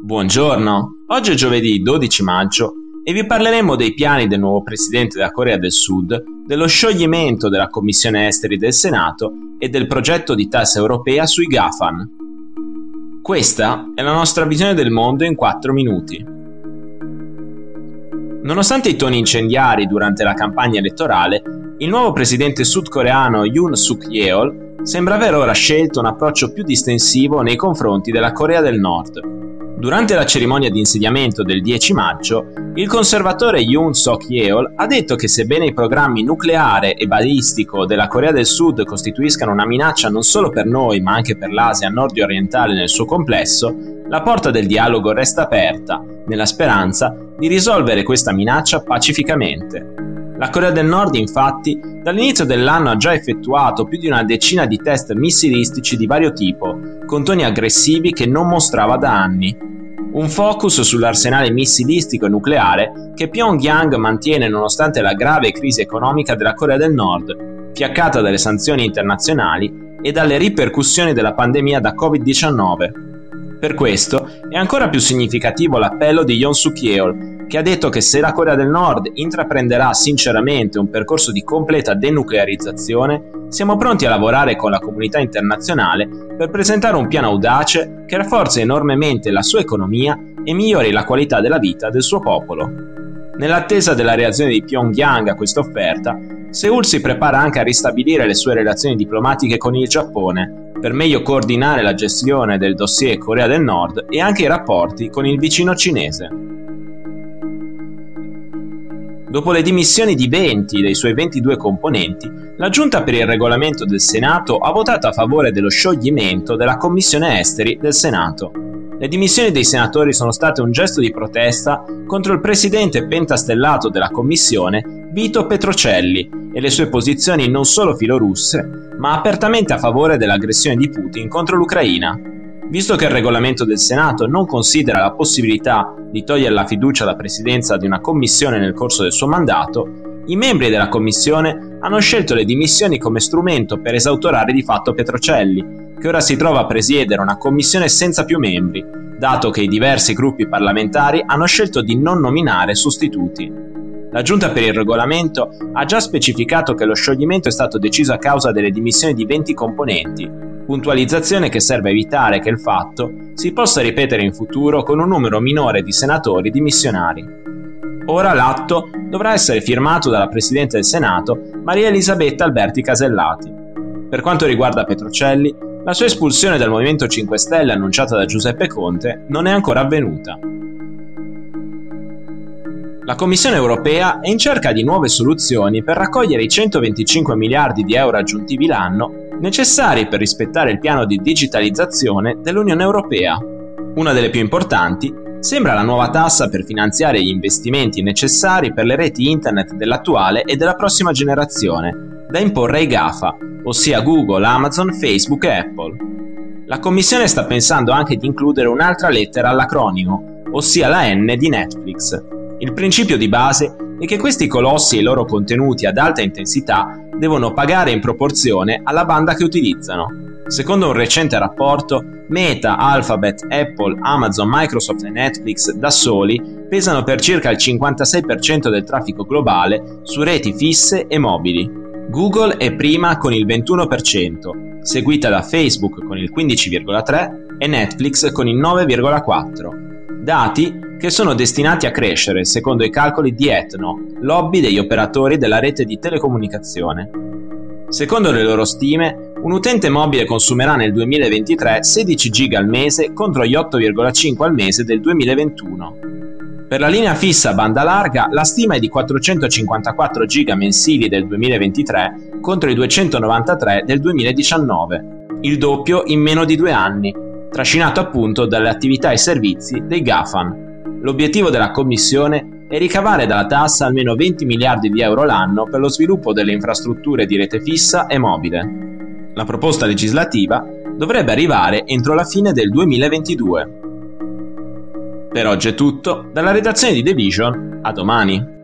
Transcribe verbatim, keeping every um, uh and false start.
Buongiorno, oggi è giovedì dodici maggio e vi parleremo dei piani del nuovo presidente della Corea del Sud, dello scioglimento della Commissione Esteri del Senato e del progetto di tassa europea sui GAFAN. Questa è la nostra visione del mondo in quattro minuti. Nonostante i toni incendiari durante la campagna elettorale, il nuovo presidente sudcoreano Yoon Suk-yeol sembra aver ora scelto un approccio più distensivo nei confronti della Corea del Nord. Durante la cerimonia di insediamento del dieci maggio, il conservatore Yoon Suk-yeol ha detto che sebbene i programmi nucleare e balistico della Corea del Sud costituiscano una minaccia non solo per noi ma anche per l'Asia nord-orientale nel suo complesso, la porta del dialogo resta aperta, nella speranza di risolvere questa minaccia pacificamente. La Corea del Nord, infatti, dall'inizio dell'anno ha già effettuato più di una decina di test missilistici di vario tipo, con toni aggressivi che non mostrava da anni. Un focus sull'arsenale missilistico e nucleare che Pyongyang mantiene nonostante la grave crisi economica della Corea del Nord, fiaccata dalle sanzioni internazionali e dalle ripercussioni della pandemia da covid diciannove. Per questo è ancora più significativo l'appello di Yoon Suk-yeol, che ha detto che se la Corea del Nord intraprenderà sinceramente un percorso di completa denuclearizzazione, siamo pronti a lavorare con la comunità internazionale per presentare un piano audace che rafforzi enormemente la sua economia e migliori la qualità della vita del suo popolo. Nell'attesa della reazione di Pyongyang a questa offerta, Seul si prepara anche a ristabilire le sue relazioni diplomatiche con il Giappone, per meglio coordinare la gestione del dossier Corea del Nord e anche i rapporti con il vicino cinese. Dopo le dimissioni di venti dei suoi ventidue componenti, la Giunta per il Regolamento del Senato ha votato a favore dello scioglimento della Commissione Esteri del Senato. Le dimissioni dei senatori sono state un gesto di protesta contro il presidente pentastellato della Commissione, Vito Petrocelli, e le sue posizioni non solo filorusse, ma apertamente a favore dell'aggressione di Putin contro l'Ucraina. Visto che il regolamento del Senato non considera la possibilità di togliere la fiducia alla presidenza di una commissione nel corso del suo mandato, i membri della commissione hanno scelto le dimissioni come strumento per esautorare di fatto Petrocelli, che ora si trova a presiedere una commissione senza più membri, dato che i diversi gruppi parlamentari hanno scelto di non nominare sostituti. La Giunta per il Regolamento ha già specificato che lo scioglimento è stato deciso a causa delle dimissioni di venti componenti, puntualizzazione che serve a evitare che il fatto si possa ripetere in futuro con un numero minore di senatori dimissionari. Ora l'atto dovrà essere firmato dalla Presidente del Senato, Maria Elisabetta Alberti Casellati. Per quanto riguarda Petrocelli, la sua espulsione dal Movimento cinque Stelle annunciata da Giuseppe Conte non è ancora avvenuta. La Commissione europea è in cerca di nuove soluzioni per raccogliere i centoventicinque miliardi di euro aggiuntivi l'anno necessari per rispettare il piano di digitalizzazione dell'Unione Europea. Una delle più importanti sembra la nuova tassa per finanziare gli investimenti necessari per le reti internet dell'attuale e della prossima generazione, da imporre ai GAFA, ossia Google, Amazon, Facebook e Apple. La Commissione sta pensando anche di includere un'altra lettera all'acronimo, ossia la N di Netflix. Il principio di base è che questi colossi e i loro contenuti ad alta intensità devono pagare in proporzione alla banda che utilizzano. Secondo un recente rapporto, Meta, Alphabet, Apple, Amazon, Microsoft e Netflix da soli pesano per circa il cinquantasei per cento del traffico globale su reti fisse e mobili. Google è prima con il ventuno per cento, seguita da Facebook con il quindici virgola tre per cento e Netflix con il nove virgola quattro per cento. Dati che sono destinati a crescere secondo i calcoli di Etno, lobby degli operatori della rete di telecomunicazione. Secondo le loro stime, un utente mobile consumerà nel duemilaventitré sedici giga al mese contro gli otto virgola cinque al mese del duemilaventuno. Per la linea fissa a banda larga la stima è di quattrocentocinquantaquattro giga mensili del duemilaventitré contro i duecentonovantatré del duemiladiciannove, il doppio in meno di due anni, trascinato appunto dalle attività e servizi dei GAFAN. L'obiettivo della Commissione è ricavare dalla tassa almeno venti miliardi di euro l'anno per lo sviluppo delle infrastrutture di rete fissa e mobile. La proposta legislativa dovrebbe arrivare entro la fine del duemilaventidue. Per oggi è tutto, dalla redazione di The Vision, a domani.